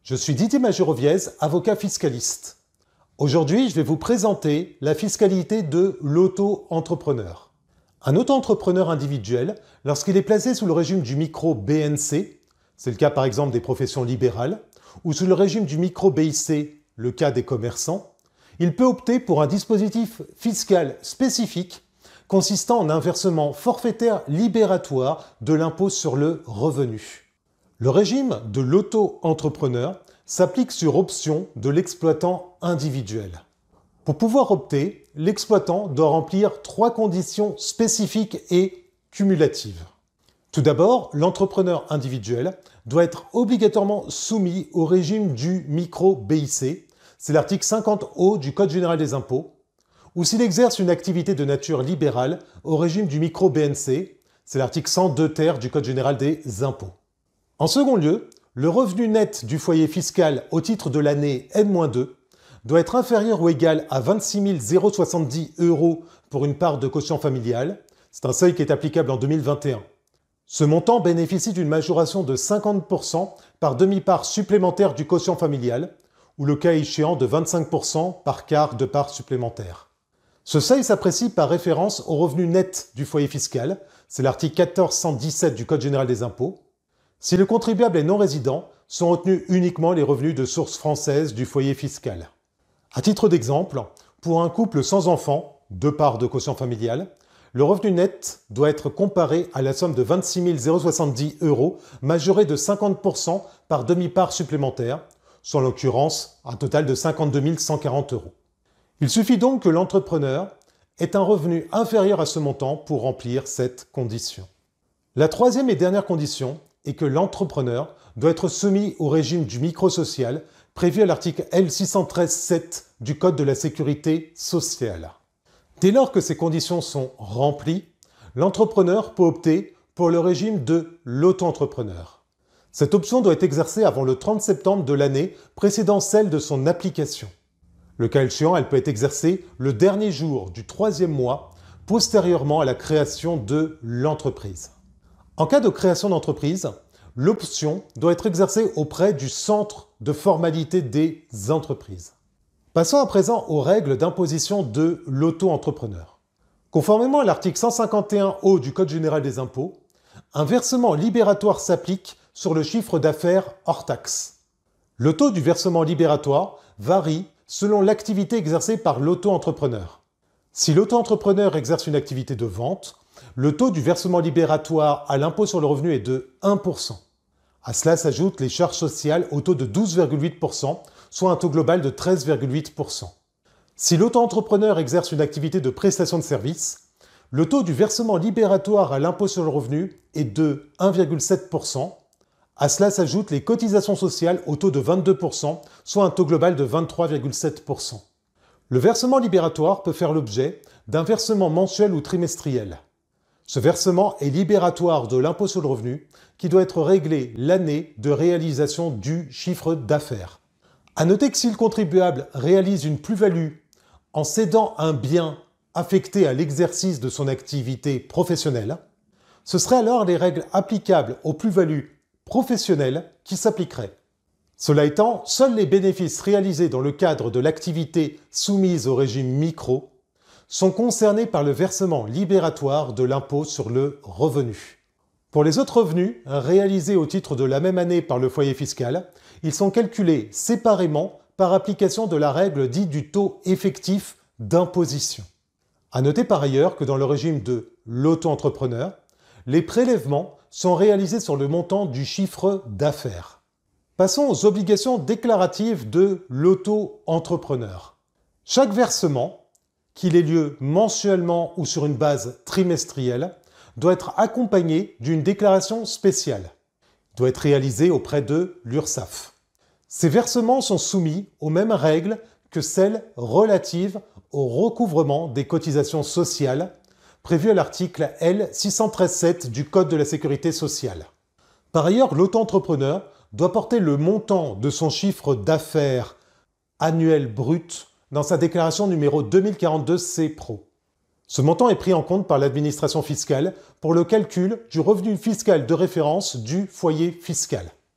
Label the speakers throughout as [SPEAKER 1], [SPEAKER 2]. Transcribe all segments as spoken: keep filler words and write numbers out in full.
[SPEAKER 1] Je suis Didier Mageroviez, avocat fiscaliste. Aujourd'hui, je vais vous présenter la fiscalité de l'auto-entrepreneur. Un auto-entrepreneur individuel, lorsqu'il est placé sous le régime du micro-B N C, c'est le cas par exemple des professions libérales, ou sous le régime du micro-B I C, le cas des commerçants, il peut opter pour un dispositif fiscal spécifique consistant en un versement forfaitaire libératoire de l'impôt sur le revenu. Le régime de l'auto-entrepreneur s'applique sur option de l'exploitant individuel. Pour pouvoir opter, l'exploitant doit remplir trois conditions spécifiques et cumulatives. Tout d'abord, l'entrepreneur individuel doit être obligatoirement soumis au régime du micro-B I C, c'est l'article cinquante O du Code général des impôts, ou s'il exerce une activité de nature libérale au régime du micro-B N C, c'est l'article cent deux ter du Code général des impôts. En second lieu, le revenu net du foyer fiscal au titre de l'année N deux doit être inférieur ou égal à vingt-six mille soixante-dix euros pour une part de quotient familial. C'est un seuil qui est applicable en deux mille vingt et un. Ce montant bénéficie d'une majoration de cinquante pour cent par demi-part supplémentaire du quotient familial, ou le cas échéant de vingt-cinq pour cent par quart de part supplémentaire. Ce seuil s'apprécie par référence au revenu net du foyer fiscal, c'est l'article quatorze cent dix-sept du Code général des impôts. Si le contribuable est non résident, sont retenus uniquement les revenus de source française du foyer fiscal. À titre d'exemple, pour un couple sans enfant, deux parts de quotient familial, le revenu net doit être comparé à la somme de vingt-six mille soixante-dix euros, majoré de cinquante pour cent par demi-part supplémentaire, soit en l'occurrence un total de cinquante-deux mille cent quarante euros. Il suffit donc que l'entrepreneur ait un revenu inférieur à ce montant pour remplir cette condition. La troisième et dernière condition est que l'entrepreneur doit être soumis au régime du micro-social prévu à l'article L six cent treize sept du Code de la sécurité sociale. Dès lors que ces conditions sont remplies, l'entrepreneur peut opter pour le régime de l'auto-entrepreneur. Cette option doit être exercée avant le trente septembre de l'année précédant celle de son application. Le cas échéant, elle peut être exercée le dernier jour du troisième mois, postérieurement à la création de l'entreprise. En cas de création d'entreprise, l'option doit être exercée auprès du centre de formalité des entreprises. Passons à présent aux règles d'imposition de l'auto-entrepreneur. Conformément à l'article cent cinquante et un O du Code général des impôts, un versement libératoire s'applique sur le chiffre d'affaires hors taxe. Le taux du versement libératoire varie selon l'activité exercée par l'auto-entrepreneur. Si l'auto-entrepreneur exerce une activité de vente, le taux du versement libératoire à l'impôt sur le revenu est de un pour cent. À cela s'ajoutent les charges sociales au taux de douze virgule huit pour cent, soit un taux global de treize virgule huit pour cent. Si l'auto-entrepreneur exerce une activité de prestation de service, le taux du versement libératoire à l'impôt sur le revenu est de un virgule sept pour cent. À cela s'ajoutent les cotisations sociales au taux de vingt-deux pour cent, soit un taux global de vingt-trois virgule sept pour cent. Le versement libératoire peut faire l'objet d'un versement mensuel ou trimestriel. Ce versement est libératoire de l'impôt sur le revenu qui doit être réglé l'année de réalisation du chiffre d'affaires. À noter que si le contribuable réalise une plus-value en cédant un bien affecté à l'exercice de son activité professionnelle, ce seraient alors les règles applicables aux plus-values professionnelles qui s'appliqueraient. Cela étant, seuls les bénéfices réalisés dans le cadre de l'activité soumise au régime micro sont concernés par le versement libératoire de l'impôt sur le revenu. Pour les autres revenus réalisés au titre de la même année par le foyer fiscal, ils sont calculés séparément par application de la règle dite du taux effectif d'imposition. À noter par ailleurs que dans le régime de l'auto-entrepreneur, les prélèvements sont réalisés sur le montant du chiffre d'affaires. Passons aux obligations déclaratives de l'auto-entrepreneur. Chaque versement, qu'il ait lieu mensuellement ou sur une base trimestrielle, doit être accompagné d'une déclaration spéciale. Il doit être réalisé auprès de l'URSSAF. Ces versements sont soumis aux mêmes règles que celles relatives au recouvrement des cotisations sociales prévues à l'article L six cent treize sept du Code de la sécurité sociale. Par ailleurs, l'auto-entrepreneur doit porter le montant de son chiffre d'affaires annuel brut dans sa déclaration numéro deux mille quarante-deux C Pro. Ce montant est pris en compte par l'administration fiscale pour le calcul du revenu fiscal de référence du foyer fiscal.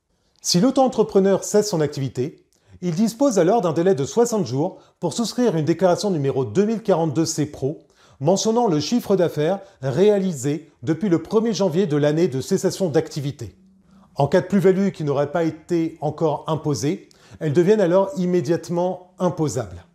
[SPEAKER 1] Si l'auto-entrepreneur cesse son activité, il dispose alors d'un délai de soixante jours pour souscrire une déclaration numéro deux mille quarante-deux C Pro mentionnant le chiffre d'affaires réalisé depuis le premier janvier de l'année de cessation d'activité. En cas de plus-value qui n'aurait pas été encore imposée, elles deviennent alors immédiatement imposables.